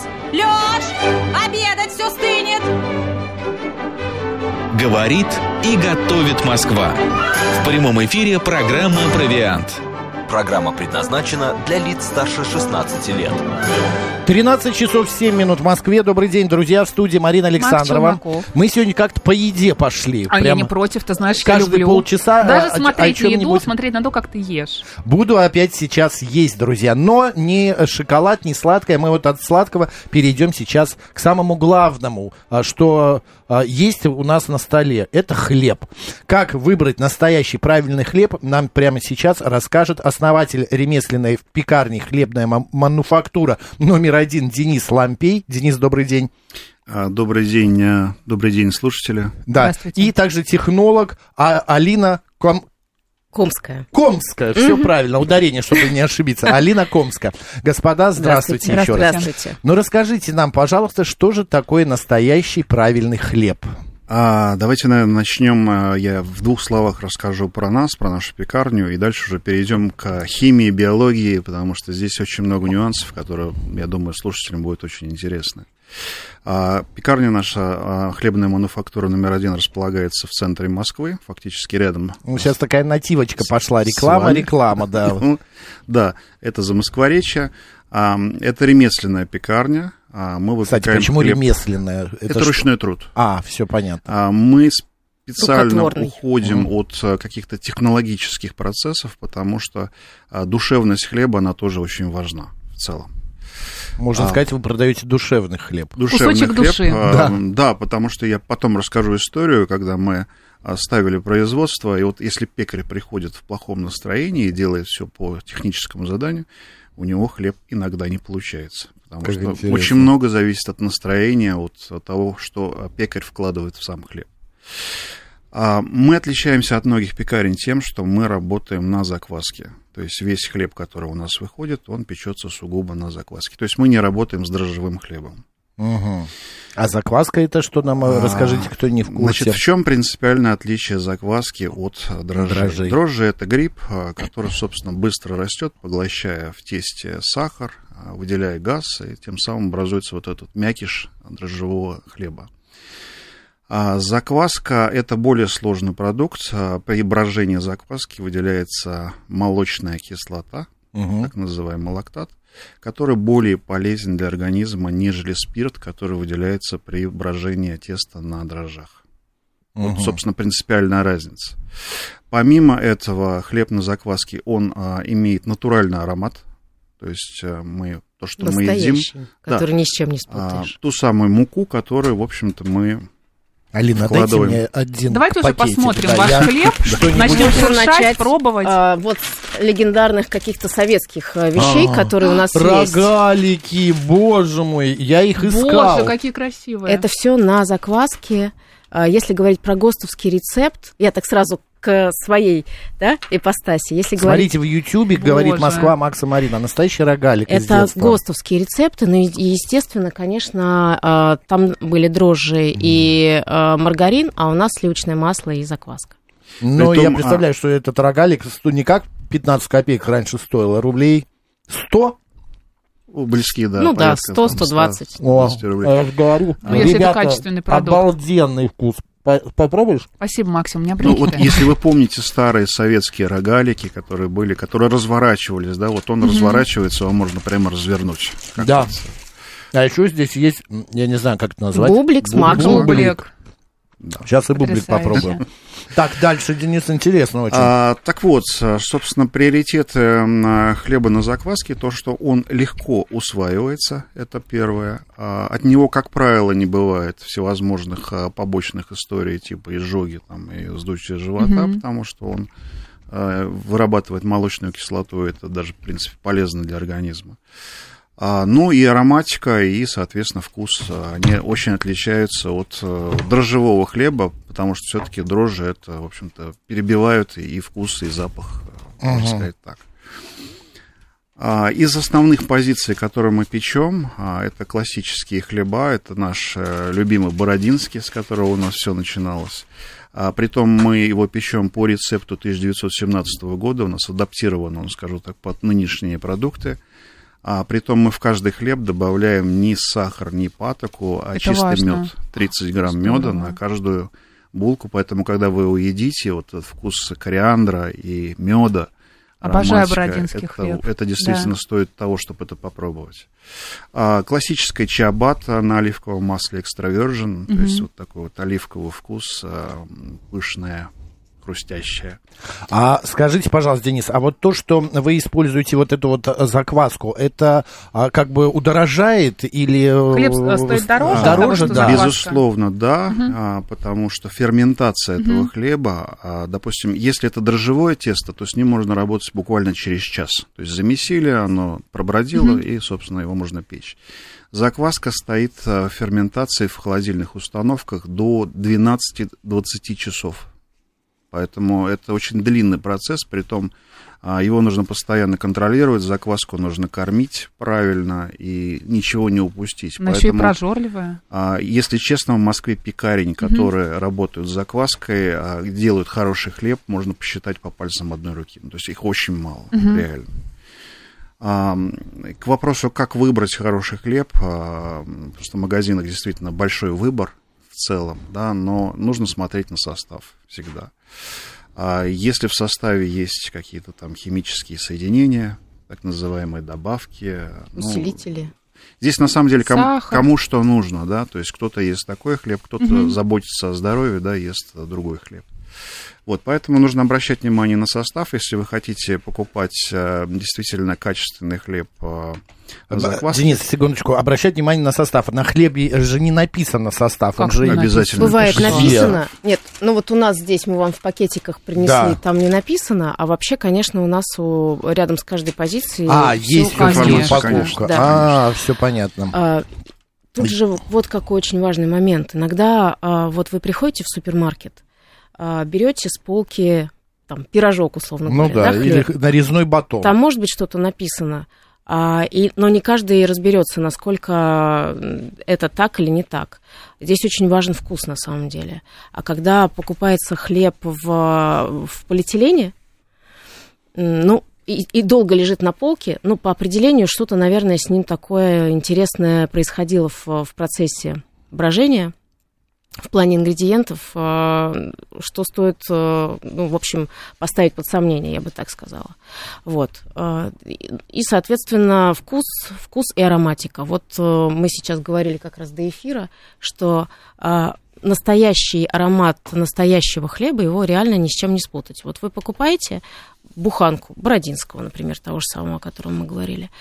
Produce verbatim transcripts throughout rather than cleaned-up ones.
Лёш, обедать все стынет. Говорит и готовит Москва. В прямом эфире программа «Провиант». Программа предназначена для лиц старше шестнадцати лет. тринадцать часов семь минут в Москве. Добрый день, друзья. В студии Марина Александрова. Мы сегодня как-то по еде пошли. А я не против, ты знаешь, я каждые люблю. полчаса Даже о, смотреть о на еду, смотреть на то, как ты ешь. Буду опять сейчас есть, друзья. Но не шоколад, не сладкое. Мы вот от сладкого перейдем сейчас к самому главному, что есть у нас на столе. Это хлеб. Как выбрать настоящий правильный хлеб, нам прямо сейчас расскажет основатель ремесленной пекарни «Хлебная мануфактура» номер один Денис Лампей. Денис, добрый день. Добрый день, добрый день, слушатели. Да. И также технолог а, Алина Ком... Комская. Комская, все mm-hmm. правильно, ударение, чтобы не ошибиться. Алина Комская. Господа, здравствуйте, здравствуйте еще раз. Здравствуйте. Ну, расскажите нам, пожалуйста, что же такое настоящий правильный хлеб? А, давайте, наверное, начнем. Я в двух словах расскажу про нас, про нашу пекарню, и дальше уже перейдем к химии, биологии, потому что здесь очень много нюансов, которые, я думаю, слушателям будет очень интересны. А, пекарня наша, а, «Хлебная мануфактура» номер один, располагается в центре Москвы, фактически рядом. Ну, сейчас такая нативочка пошла, реклама, реклама, да. Да, это Замоскворечье. Это ремесленная пекарня. Мы выпекаем Кстати, почему хлеб. ремесленная? Это, это ручной труд. А, все понятно. Мы специально уходим mm. от каких-то технологических процессов, потому что душевность хлеба, она тоже очень важна в целом. Можно а, сказать, вы продаете душевный хлеб. Душевный Кусочек хлеб, души. А, да. да, потому что я потом расскажу историю, когда мы ставили производство, и вот если пекарь приходит в плохом настроении и делает все по техническому заданию, у него хлеб иногда не получается. Потому как что интересно. Очень много зависит от настроения, от, от того, что пекарь вкладывает в сам хлеб. Мы отличаемся от многих пекарен тем, что мы работаем на закваске. То есть весь хлеб, который у нас выходит, он печется сугубо на закваске. То есть мы не работаем с дрожжевым хлебом. Угу. А закваска это что нам? А, расскажите, кто не в курсе. Значит, в чем принципиальное отличие закваски от дрожжей? Дрожжей. Дрожжи — это гриб, который, собственно, быстро растет, поглощая в тесте сахар, выделяя газ, и тем самым образуется вот этот мякиш дрожжевого хлеба. А закваска — это более сложный продукт. При брожении закваски выделяется молочная кислота, угу. так называемый лактат, который более полезен для организма, нежели спирт, который выделяется при брожении теста на дрожжах. Угу. Вот, собственно, принципиальная разница. Помимо этого, хлеб на закваске, он а, имеет натуральный аромат. То есть а, мы, то, что мы едим... который да, ни с чем не спутаешь. А, ту самую муку, которую, в общем-то, мы... Алина, дайте мне один Давайте пакетик, уже посмотрим да, ваш я... хлеб, начнем шуршать, начать, пробовать. А, вот с легендарных каких-то советских вещей, а, которые у нас есть. Рогалики, боже мой, я их искал. Боже, какие красивые. Это все на закваске. Если говорить про ГОСТовский рецепт, я так сразу к своей, да, ипостаси. Если Смотрите, говорить... в Ютьюбе говорит Москва, Макса Марина. Настоящий рогалик из Это детства. ГОСТовские рецепты. Ну, и, естественно, конечно, там были дрожжи mm. и маргарин, а у нас сливочное масло и закваска. Ну, я представляю, а... что этот рогалик не как пятнадцать копеек раньше стоил, а рублей сто? Близки, да. Ну да, сто - сто двадцать. О, я же говорю. Ну, если это качественный продукт. Обалденный вкус. Попробуешь? Спасибо, Максим, у меня ну, вот если вы помните старые советские рогалики, которые были, которые разворачивались, да, вот он mm-hmm. разворачивается, его можно прямо развернуть. Да. А еще здесь есть, я не знаю, как это назвать. Бублик с маком. Бублик. Да. Сейчас и бублик попробуем. Так, дальше, Денис, интересно очень. А, так вот, собственно, приоритеты хлеба на закваске, то, что он легко усваивается, это первое. А, от него, как правило, не бывает всевозможных а, побочных историй, типа изжоги там, и вздутия живота, угу. потому что он а, вырабатывает молочную кислоту, это даже, в принципе, полезно для организма. Ну и ароматика, и, соответственно, вкус, они очень отличаются от дрожжевого хлеба, потому что все-таки дрожжи, это, в общем-то, перебивают и вкус, и запах, можно uh-huh. сказать так. Из основных позиций, которые мы печем, это классические хлеба, это наш любимый бородинский, с которого у нас все начиналось. Притом мы его печем по рецепту тысяча девятьсот семнадцатого года, у нас адаптирован, он, скажу так, под нынешние продукты. А притом мы в каждый хлеб добавляем не сахар, не патоку, а Это чистый важно. мед. тридцать грамм меда на каждую булку. Поэтому, когда вы его едите, вот этот вкус кориандра и меда, Обожаю ароматика, бородинский это, хлеб. это действительно Да. стоит того, чтобы это попробовать. А, классическая чиабатта на оливковом масле экстравержен, то есть вот такой вот оливковый вкус, а, пышная, хрустящая. А скажите, пожалуйста, Денис, а вот то, что вы используете вот эту вот закваску, это а, как бы удорожает или... Хлеб стоит дороже? Дороже, Потому что да. закваска. Безусловно, да, Угу. а, потому что ферментация угу. этого хлеба, а, допустим, если это дрожжевое тесто, то с ним можно работать буквально через час. То есть замесили, оно пробродило, угу. и, собственно, его можно печь. Закваска стоит в ферментации в холодильных установках до двенадцати-двадцати часов. Поэтому это очень длинный процесс, притом его нужно постоянно контролировать, закваску нужно кормить правильно и ничего не упустить. Она Поэтому, еще и прожорливая. если честно, в Москве пекарень, которые угу. работают с закваской, делают хороший хлеб, можно посчитать по пальцам одной руки. То есть их очень мало, угу. реально. К вопросу, как выбрать хороший хлеб, потому что в магазинах действительно большой выбор в целом, да, но нужно смотреть на состав всегда. Если в составе есть какие-то там химические соединения, так называемые добавки, усилители. Ну, здесь на самом деле кому, кому что нужно, да, то есть кто-то ест такой хлеб, кто-то угу. заботится о здоровье, да, ест другой хлеб. Вот, поэтому нужно обращать внимание на состав, если вы хотите покупать э, действительно качественный хлеб. Э, Денис, секундочку, обращать внимание на состав. На хлебе же не написано состав. Как он же обязательно. Бывает пишется. написано. Нет, ну вот у нас здесь мы вам в пакетиках принесли, да. там не написано, а вообще, конечно, у нас у, рядом с каждой позицией. А, есть информация, конечно. Да. А, все понятно. А, тут же вот какой очень важный момент. Иногда а, вот вы приходите в супермаркет, берете с полки там, пирожок, условно ну говоря, да, да, или нарезной батон. Там может быть что-то написано, а, и, но не каждый разберется, насколько это так или не так. Здесь очень важен вкус на самом деле. А когда покупается хлеб в, в полиэтилене, ну, и, и долго лежит на полке, ну, по определению что-то, наверное, с ним такое интересное происходило в, в процессе брожения. В плане ингредиентов, что стоит, ну, в общем, поставить под сомнение, я бы так сказала. Вот. И, соответственно, вкус, вкус и ароматика. Вот мы сейчас говорили как раз до эфира, что настоящий аромат настоящего хлеба, его реально ни с чем не спутать. Вот вы покупаете буханку бородинского, например, того же самого, о котором мы говорили,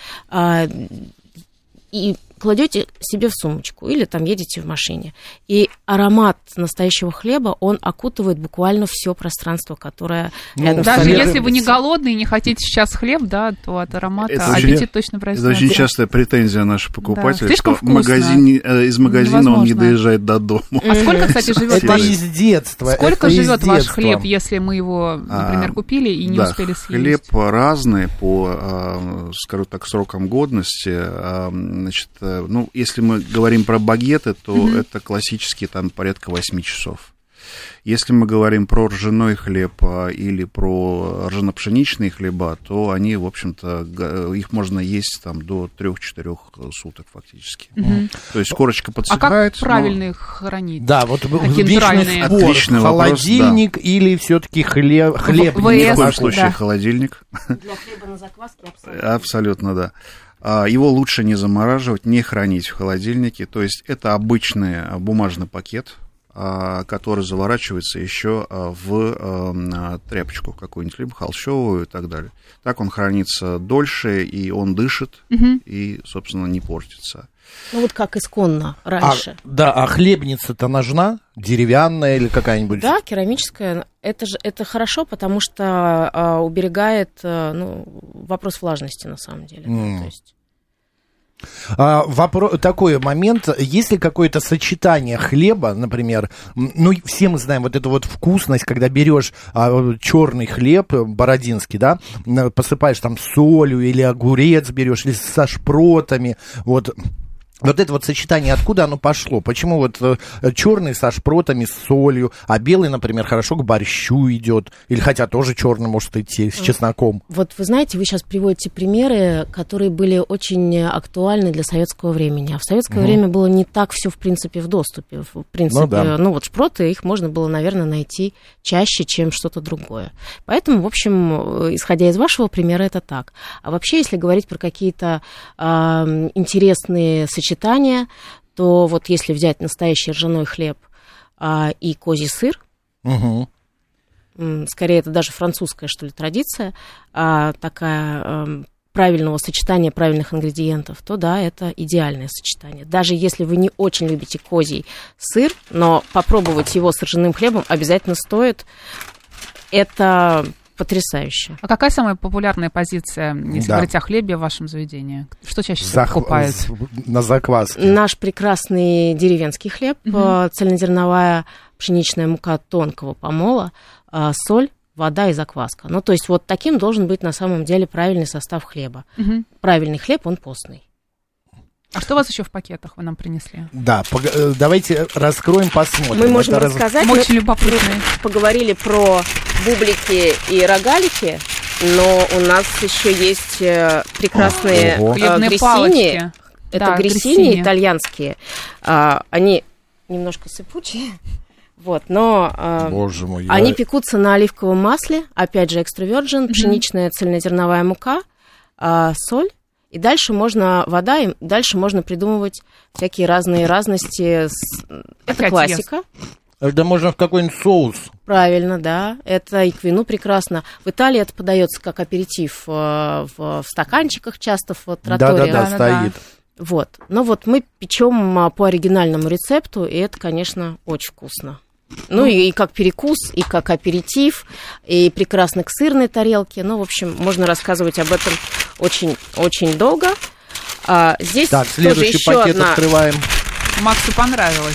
и кладете себе в сумочку или там едете в машине. И аромат настоящего хлеба, он окутывает буквально все пространство, которое ну, рядом даже с вами. если вы не голодный и не хотите сейчас хлеб, да, то от аромата это аппетит очень, точно происходит. Это очень частая претензия наших покупателей, да. что вкусно. магазин, э, из магазина Невозможно. он не доезжает до дома. А сколько, кстати, живет это ваш... из детства. Сколько это живет из ваш детства. хлеб, если мы его, например, купили и не да, успели съесть? Хлеб разный по, скажу так, срокам годности. Значит, ну, если мы говорим про багеты, то mm-hmm. это классические там порядка восьми часов. Если мы говорим про ржаной хлеб или про ржано-пшеничные хлеба, то они, в общем-то, их можно есть там до трех-четырех суток фактически. Mm-hmm. То есть корочка подсыхает. А как правильно их хранить? Да, вот такие вечный спор, Отличный холодильник вопрос, да. или все-таки хлеб, хлеб В- Ни в коем ВС, случае да. холодильник. Для хлеба на закваске абсолютно. Абсолютно, да. Его лучше не замораживать, не хранить в холодильнике. То есть это обычный бумажный пакет, который заворачивается еще в тряпочку какую-нибудь, либо холщовую и так далее. Так он хранится дольше, и он дышит, угу. и, собственно, не портится. Ну вот как исконно раньше. А, да, а хлебница-то нужна? Деревянная или какая-нибудь? Да, керамическая. Это же это хорошо, потому что а, уберегает а, ну, вопрос влажности на самом деле. Mm. Да, то есть... А, вопро- такой момент, есть ли какое-то сочетание хлеба, например, ну, все мы знаем вот эту вот вкусность, когда берешь а, черный хлеб, бородинский, да, посыпаешь там солью или огурец берешь, или со шпротами, вот. Вот это вот сочетание, откуда оно пошло? Почему вот э, черный со шпротами, с солью, а белый, например, хорошо к борщу идет? Или хотя тоже черный может идти с чесноком? Вот вы знаете, вы сейчас приводите примеры, которые были очень актуальны для советского времени. А в советское угу. время было не так все, в принципе, в доступе. В принципе, ну, да. ну вот шпроты, их можно было, наверное, найти чаще, чем что-то другое. Поэтому, в общем, исходя из вашего примера, это так. А вообще, если говорить про какие-то э, интересные сочетания, сочетание, то вот если взять настоящий ржаной хлеб а, и козий сыр, угу. скорее это даже французская, что ли, традиция, а, такая а, правильного сочетания правильных ингредиентов, то да, это идеальное сочетание. Даже если вы не очень любите козий сыр, но попробовать его с ржаным хлебом обязательно стоит. Это потрясающе. А какая самая популярная позиция, если да. говорить о хлебе в вашем заведении? Что чаще всего Зах... покупают? На закваске. Наш прекрасный деревенский хлеб, угу. цельнозерновая пшеничная мука тонкого помола, соль, вода и закваска. Ну, то есть вот таким должен быть на самом деле правильный состав хлеба. Угу. Правильный хлеб, он постный. А что у вас еще в пакетах вы нам принесли? Да, пог- давайте раскроем, посмотрим. Мы можем Это рассказать. Мы очень любопытные. Поговорили про бублики и рогалики, но у нас еще есть прекрасные Ого. грессини. Палочки. Это да, грессини, грессини итальянские. А, они немножко сыпучие. Вот, но Боже мой, они я... пекутся на оливковом масле, опять же, экстра virgin, mm-hmm. пшеничная цельнозерновая мука, а, соль. И дальше можно вода, и дальше можно придумывать всякие разные разности. Это классика. Да можно в какой-нибудь соус. Правильно, да. Это и к вину прекрасно. В Италии это подается как аперитив в, в стаканчиках часто в тратториях. Да-да-да, стоит. Вот. Но вот мы печем по оригинальному рецепту, и это, конечно, очень вкусно. Ну, и, и как перекус, и как аперитив, и прекрасно к сырной тарелке. Ну, в общем, можно рассказывать об этом очень-очень долго. А, здесь так, следующий тоже пакет одна... открываем. Максу понравилось.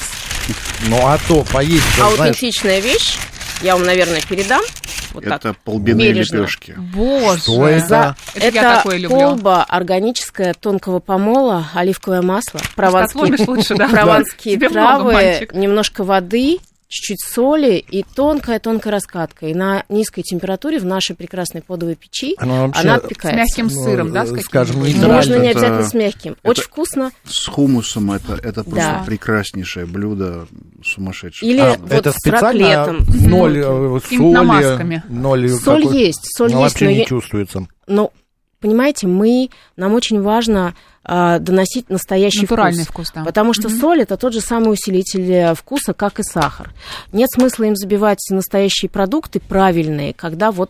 Ну, а то поесть. Аутентичная знаешь... вещь. Я вам, наверное, передам. Вот это так, полбяные бережно. Лепешки. Боже, что это? За... это, это я такое люблю. Полба органическая, тонкого помола, оливковое масло, прованские, лучше, да? прованские да. травы, много, немножко воды, чуть-чуть соли и тонкая-тонкая раскатка. И на низкой температуре в нашей прекрасной подовой печи она, она отпекается. С мягким сыром, ну, да? С скажем, можно не обязательно с мягким. Очень это, вкусно. С хумусом это, это просто да. прекраснейшее блюдо, сумасшедшее. Или а, вот это с раклетом. Ноль соли. Ноль соль какой... есть, соль но есть. Вообще но не я... чувствуется. Но, понимаете, мы, нам очень важно... доносить настоящий натуральный вкус. вкус, да. Потому что mm-hmm. соль – это тот же самый усилитель вкуса, как и сахар. Нет смысла им забивать настоящие продукты правильные, когда вот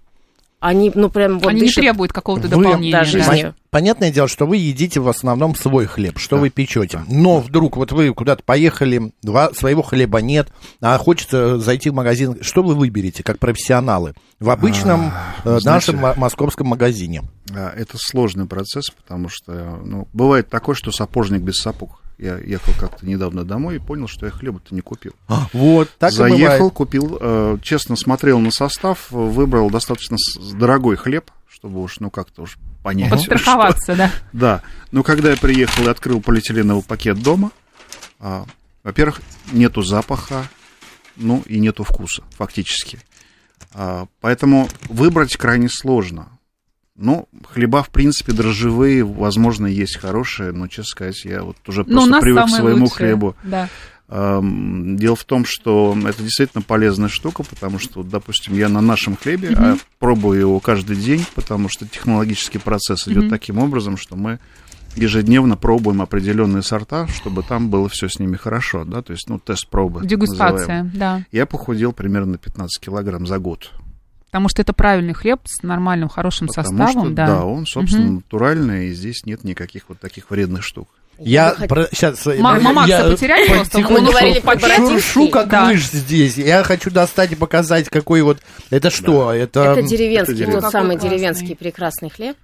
они, ну, прям вот они дышат... не требуют какого-то вы, дополнения. Да, да. жизнью. Понятное дело, что вы едите в основном свой хлеб, что да. вы печете. Но вдруг вот вы куда-то поехали, два, своего хлеба нет, а хочется зайти в магазин. Что вы выберете, как профессионалы, в обычном а, нашем знаете, московском магазине? Это сложный процесс, потому что ну, бывает такое, что сапожник без сапог. Я ехал как-то недавно домой и понял, что я хлеба-то не купил. А, вот, так Заехал, и бывает. купил, э, честно смотрел на состав, выбрал достаточно дорогой хлеб, чтобы уж, ну, как-то уж понять. Подстраховаться, да. Да, но когда я приехал и открыл полиэтиленовый пакет дома, а, во-первых, нету запаха, ну, и нету вкуса, фактически. А, поэтому выбрать крайне сложно. Ну, хлеба, в принципе, дрожжевые, возможно, есть хорошие, но, честно сказать, я вот уже но просто привык к своему лучшие. хлебу. Да. Дело в том, что это действительно полезная штука, потому что, вот, допустим, я на нашем хлебе mm-hmm. пробую его каждый день, потому что технологический процесс идет mm-hmm. таким образом, что мы ежедневно пробуем определенные сорта, чтобы там было все с ними хорошо, да, то есть, ну, тест-пробы. Дегустация, да. Я похудел примерно на пятнадцать килограмм за год. Потому что это правильный хлеб с нормальным, хорошим Потому составом. Что, да. да, он, собственно, угу. натуральный, и здесь нет никаких вот таких вредных штук. Я, я про... сейчас... Мама Макса я... потеряли просто. Мы говорили про шуршу, как да. мышь здесь. Я хочу достать и показать, какой вот... Это что? Да. Это... Это деревенский, это тот деревенский. самый Классный. деревенский прекрасный хлеб.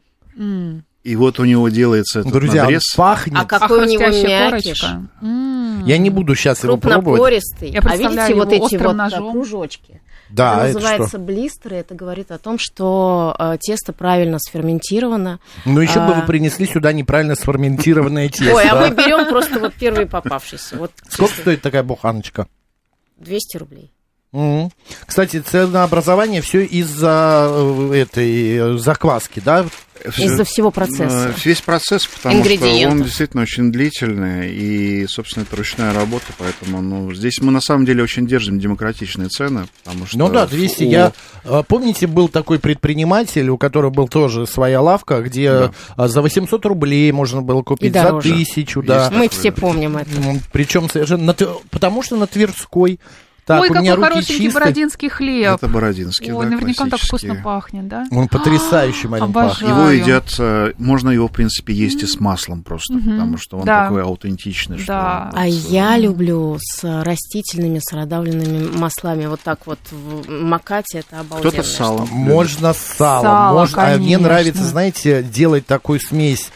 Mm. И вот у него делается этот Друзья, надрез. пахнет. А какой а у него хрустящая мякиш. Mm. Я не буду сейчас его пробовать. Крупнопористый. Я А видите вот эти вот ножом. кружочки? Да, это называется это что? блистеры. Это говорит о том, что э, тесто правильно сферментировано. Ну, еще а... бы вы принесли сюда неправильно сферментированное тесто. Ой, а мы берем просто вот первые попавшиеся. Вот, сколько стоит такая буханочка? двести рублей. Mm-hmm. Кстати, ценообразование все из-за этой закваски, да? Из-за всего процесса. Весь процесс, потому что он действительно очень длительный, и, собственно, это ручная работа, поэтому ну, здесь мы на самом деле очень держим демократичные цены, потому что... Ну да, двести. У... Я, помните, был такой предприниматель, у которого была тоже своя лавка, где да. за восемьсот рублей можно было купить, за тысячу, да. Мы все помним это. Причем совершенно... Потому что на Тверской... Так, ой, у какой меня руки хорошенький чистые. бородинский хлеб. Это бородинский, ой, да, наверняка он так вкусно пахнет, да? Он потрясающий, Марин, пахнет. Его едят, можно его, в принципе, есть и с маслом просто, mm-hmm. потому что он да. такой аутентичный. Что да. вот, а я люблю с растительными, с родавленными маслами. Вот так вот макать, это обалденно. Кто-то с салом. Можно с салом. Сало, можно, а мне нравится, знаете, делать такую смесь.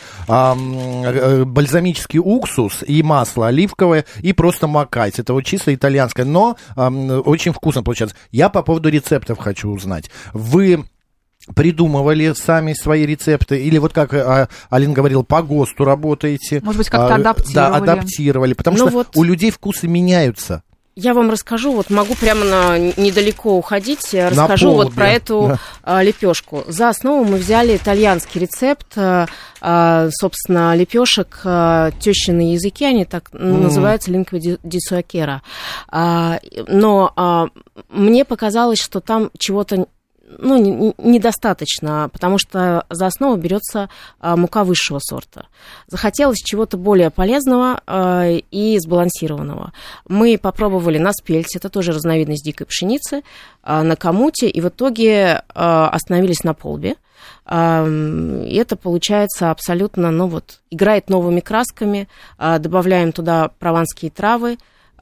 Бальзамический уксус и масло оливковое, и просто макать. Это вот чисто итальянское, но эм, очень вкусно получается. Я по поводу рецептов хочу узнать. Вы придумывали сами свои рецепты? Или вот как а, Алина говорила, по ГОСТу работаете? Может быть, как-то адаптировали? Да, адаптировали. Потому ну что вот... у людей вкусы меняются. Я вам расскажу, вот могу прямо на, недалеко уходить, расскажу вот про эту а, лепешку. За основу мы взяли итальянский рецепт, а, собственно, лепешек а, тещины языки, они так mm. называются, лингва ди суакера. А, но а, мне показалось, что там чего-то ну, не, недостаточно, потому что за основу берется а, мука высшего сорта. Захотелось чего-то более полезного а, и сбалансированного. Мы попробовали на спельте, это тоже разновидность дикой пшеницы, а, на комуте, и в итоге а, остановились на полбе. А, и это получается абсолютно, ну вот, играет новыми красками, а, добавляем туда прованские травы,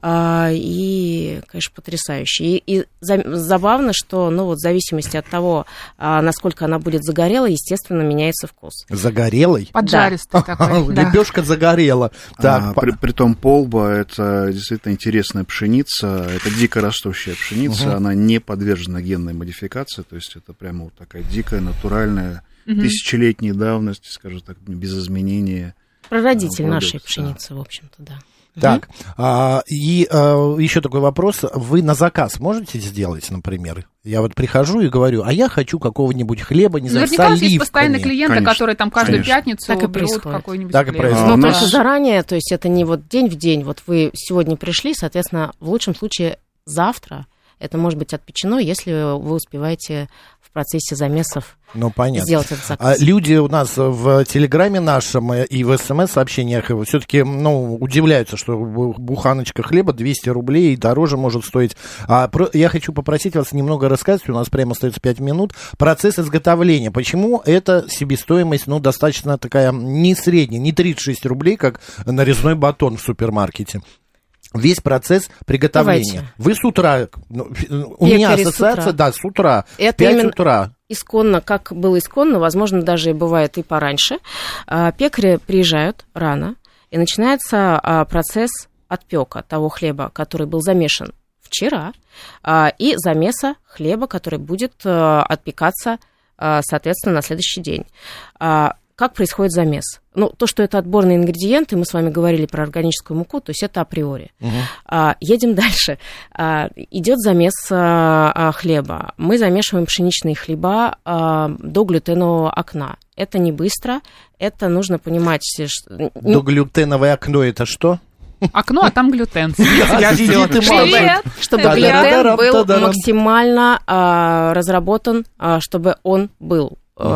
и, конечно, потрясающе. И, и забавно, что, ну, вот в зависимости от того, насколько она будет загорелой, естественно, меняется вкус. Загорелой? Поджаристый да. такой. Лепешка загорела. Так, а, при, притом полба – это действительно интересная пшеница, это дикорастущая пшеница, угу. она не подвержена генной модификации, то есть это прямо вот такая дикая, натуральная, угу. тысячелетней давности, скажем так, без изменения. Прародитель нашей пшеницы, в общем-то, да. Так, угу. а, и а, еще такой вопрос. Вы на заказ можете сделать, например? Я вот прихожу и говорю, а я хочу какого-нибудь хлеба, не знаю, с оливками. Наверняка есть постоянные клиенты, конечно, которые там каждую конечно. пятницу так берут какой-нибудь так хлеб. И происходит. Но да. только заранее, то есть это не вот день в день. Вот вы сегодня пришли, соответственно, в лучшем случае завтра это может быть отпечено, если вы успеваете в процессе замесов ну, понятно. сделать этот заказ. А люди у нас в Телеграме нашем и в СМС-сообщениях все-таки ну, удивляются, что буханочка хлеба двести рублей и дороже может стоить. А про... Я хочу попросить вас немного рассказать, у нас прямо остается пять минут, процесс изготовления. Почему эта себестоимость ну, достаточно такая не средняя, не тридцать шесть рублей, как нарезной батон в супермаркете? Весь процесс приготовления. Давайте. Вы с утра, ну, у Пекари меня ассоциация, с утра. да, с утра, это в пять утра. Исконно, как было исконно, возможно, даже бывает и пораньше. Пекари приезжают рано, и начинается процесс отпека того хлеба, который был замешан вчера, и замеса хлеба, который будет отпекаться, соответственно, на следующий день. Как происходит замес? Ну, то, что это отборные ингредиенты, мы с вами говорили про органическую муку, то есть это априори. Угу. А, едем дальше. А, идет замес а, хлеба. Мы замешиваем пшеничные хлеба а, до глютенового окна. Это не быстро, это нужно понимать... Что... До глютеновое окно это что? Окно, а там глютен. Привет! Чтобы глютен был максимально разработан, чтобы он был...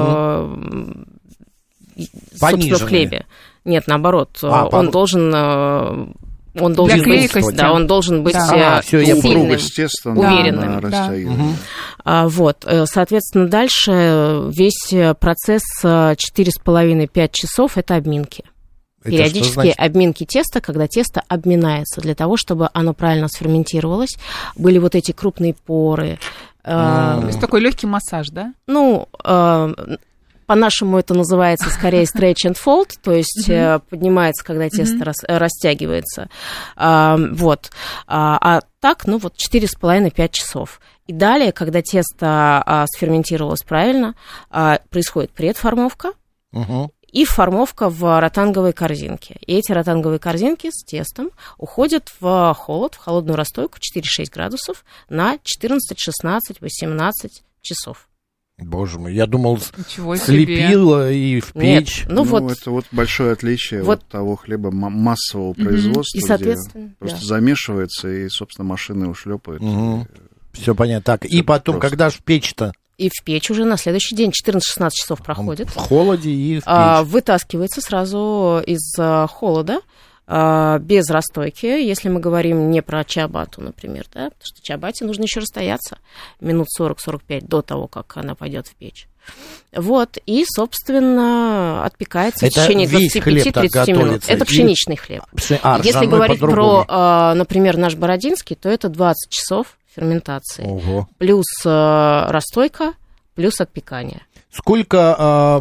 Собственно, в хлебе. Нет, наоборот, а, он должен, он должен быть, да, он должен быть да. сильным, уверенным. Да. Угу. А, вот, соответственно, дальше весь процесс четыре с половиной - пять часов – это обминки. Это периодические обминки теста, когда тесто обминается, для того, чтобы оно правильно сферментировалось, были вот эти крупные поры. Mm. То есть такой легкий массаж, да? Ну, по-нашему это называется скорее stretch and fold, то есть mm-hmm. поднимается, когда тесто mm-hmm. рас, растягивается. А, вот. А, а так, ну вот четыре с половиной - пять часов. И далее, когда тесто а, сферментировалось правильно, а, происходит предформовка, uh-huh. и формовка в ротанговой корзинке. И эти ротанговые корзинки с тестом уходят в холод, в холодную расстойку четыре-шесть градусов на четырнадцать, шестнадцать, восемнадцать часов. Боже мой, я думал, слепила и в печь. Нет, ну, ну вот, это вот большое отличие вот от того хлеба массового угу. производства, и, соответственно, где просто да. замешивается, и, собственно, машины ушлепают. Угу. Все понятно. Так, и потом, просто. Когда же в печь-то? И в печь уже на следующий день четырнадцать-шестнадцать часов проходит. В холоде и в печь. А, вытаскивается сразу из холода, а, без расстойки, если мы говорим не про чиабатту, например, да, потому что чиабатте нужно еще расстояться минут сорок-сорок пять до того, как она пойдет в печь. Вот, и, собственно, отпекается это в течение двадцати пяти тридцати минут. Это пшеничный хлеб. А, если говорить про, например, наш бородинский, то это двадцать часов ферментации. Ого. Плюс э, расстойка, плюс отпекание. Сколько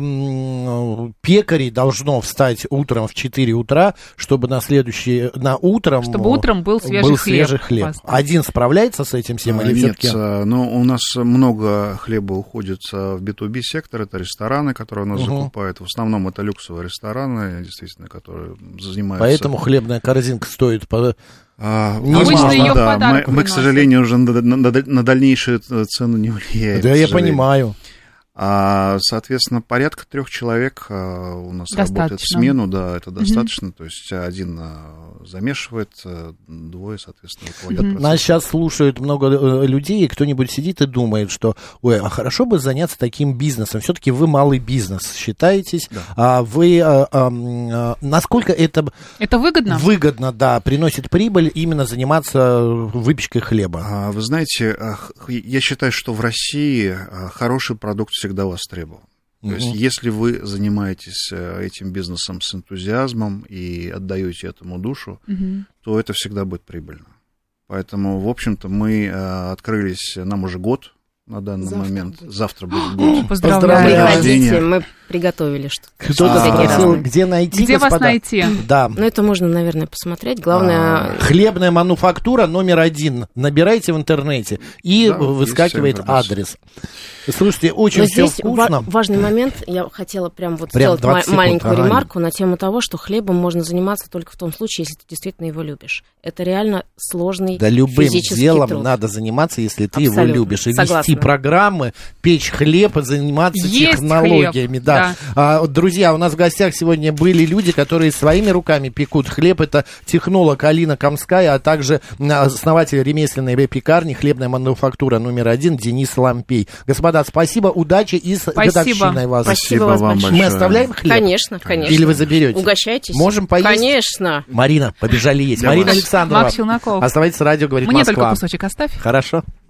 э, пекарей должно встать утром в четыре утра, чтобы на следующее, на утром... Чтобы утром был свежий был хлеб. Свежий хлеб. Один справляется с этим всем? А, или нет, все-таки... ну, у нас много хлеба уходит в би ту би сектор, это рестораны, которые у нас угу. закупают. В основном это люксовые рестораны, действительно, которые занимаются... Поэтому хлебная корзинка стоит... По... А, Обычно ее да. в подарок мы, мы, к сожалению, уже на, на, на дальнейшую цену не влияем. Да, я понимаю. А, соответственно, порядка трех человек а, у нас достаточно. Работает в смену, да, это достаточно. Mm-hmm. То есть один а, замешивает, а, двое, соответственно, руководят процессом. Нас сейчас слушают много людей, и кто-нибудь сидит и думает, что, ой, а хорошо бы заняться таким бизнесом. Все-таки вы малый бизнес считаетесь. Да. А вы, а, а, насколько это... Это выгодно? Выгодно, да, приносит прибыль именно заниматься выпечкой хлеба. А, вы знаете, я считаю, что в России хороший продукт всегда востребован. То uh-huh. есть, если вы занимаетесь этим бизнесом с энтузиазмом и отдаете этому душу, uh-huh. то это всегда будет прибыльно. Поэтому, в общем-то, мы открылись, нам уже год на данный завтра момент. Будет. Завтра будет год. Поздравляю. Приходите, мы приготовили что-то. Кто-то спросил, где найти, Где господа? вас найти? Да. Ну, это можно, наверное, посмотреть. Главное... А, хлебная мануфактура номер один. Набирайте в интернете, и да, выскакивает адрес. Слушайте, очень все вкусно. Ва- важный момент. Я хотела прям вот прям сделать ма- маленькую ага. ремарку на тему того, что хлебом можно заниматься только в том случае, если ты действительно его любишь. Это реально сложный да любым физический делом труд. Надо заниматься, если ты Абсолютно. его любишь. И Согласна. вести программы, печь хлеб, и заниматься Есть технологиями. Хлеб, да. Да. А, друзья, у нас в гостях сегодня были люди, которые своими руками пекут хлеб. Это технолог Алина Камская, а также основатель ремесленной пекарни «Хлебная мануфактура» номер один Денис Лампей. Господа, спасибо, удачи и с спасибо. годовщиной вас. Спасибо вам большое. Мы оставляем хлеб? Конечно, конечно. Или вы заберете? Угощайтесь. Можем поесть? Конечно. Марина, побежали есть. Для Марина вас. Александрова. Макс Челноков. Оставайтесь, радио говорит Мне Москва. только кусочек оставь. Хорошо.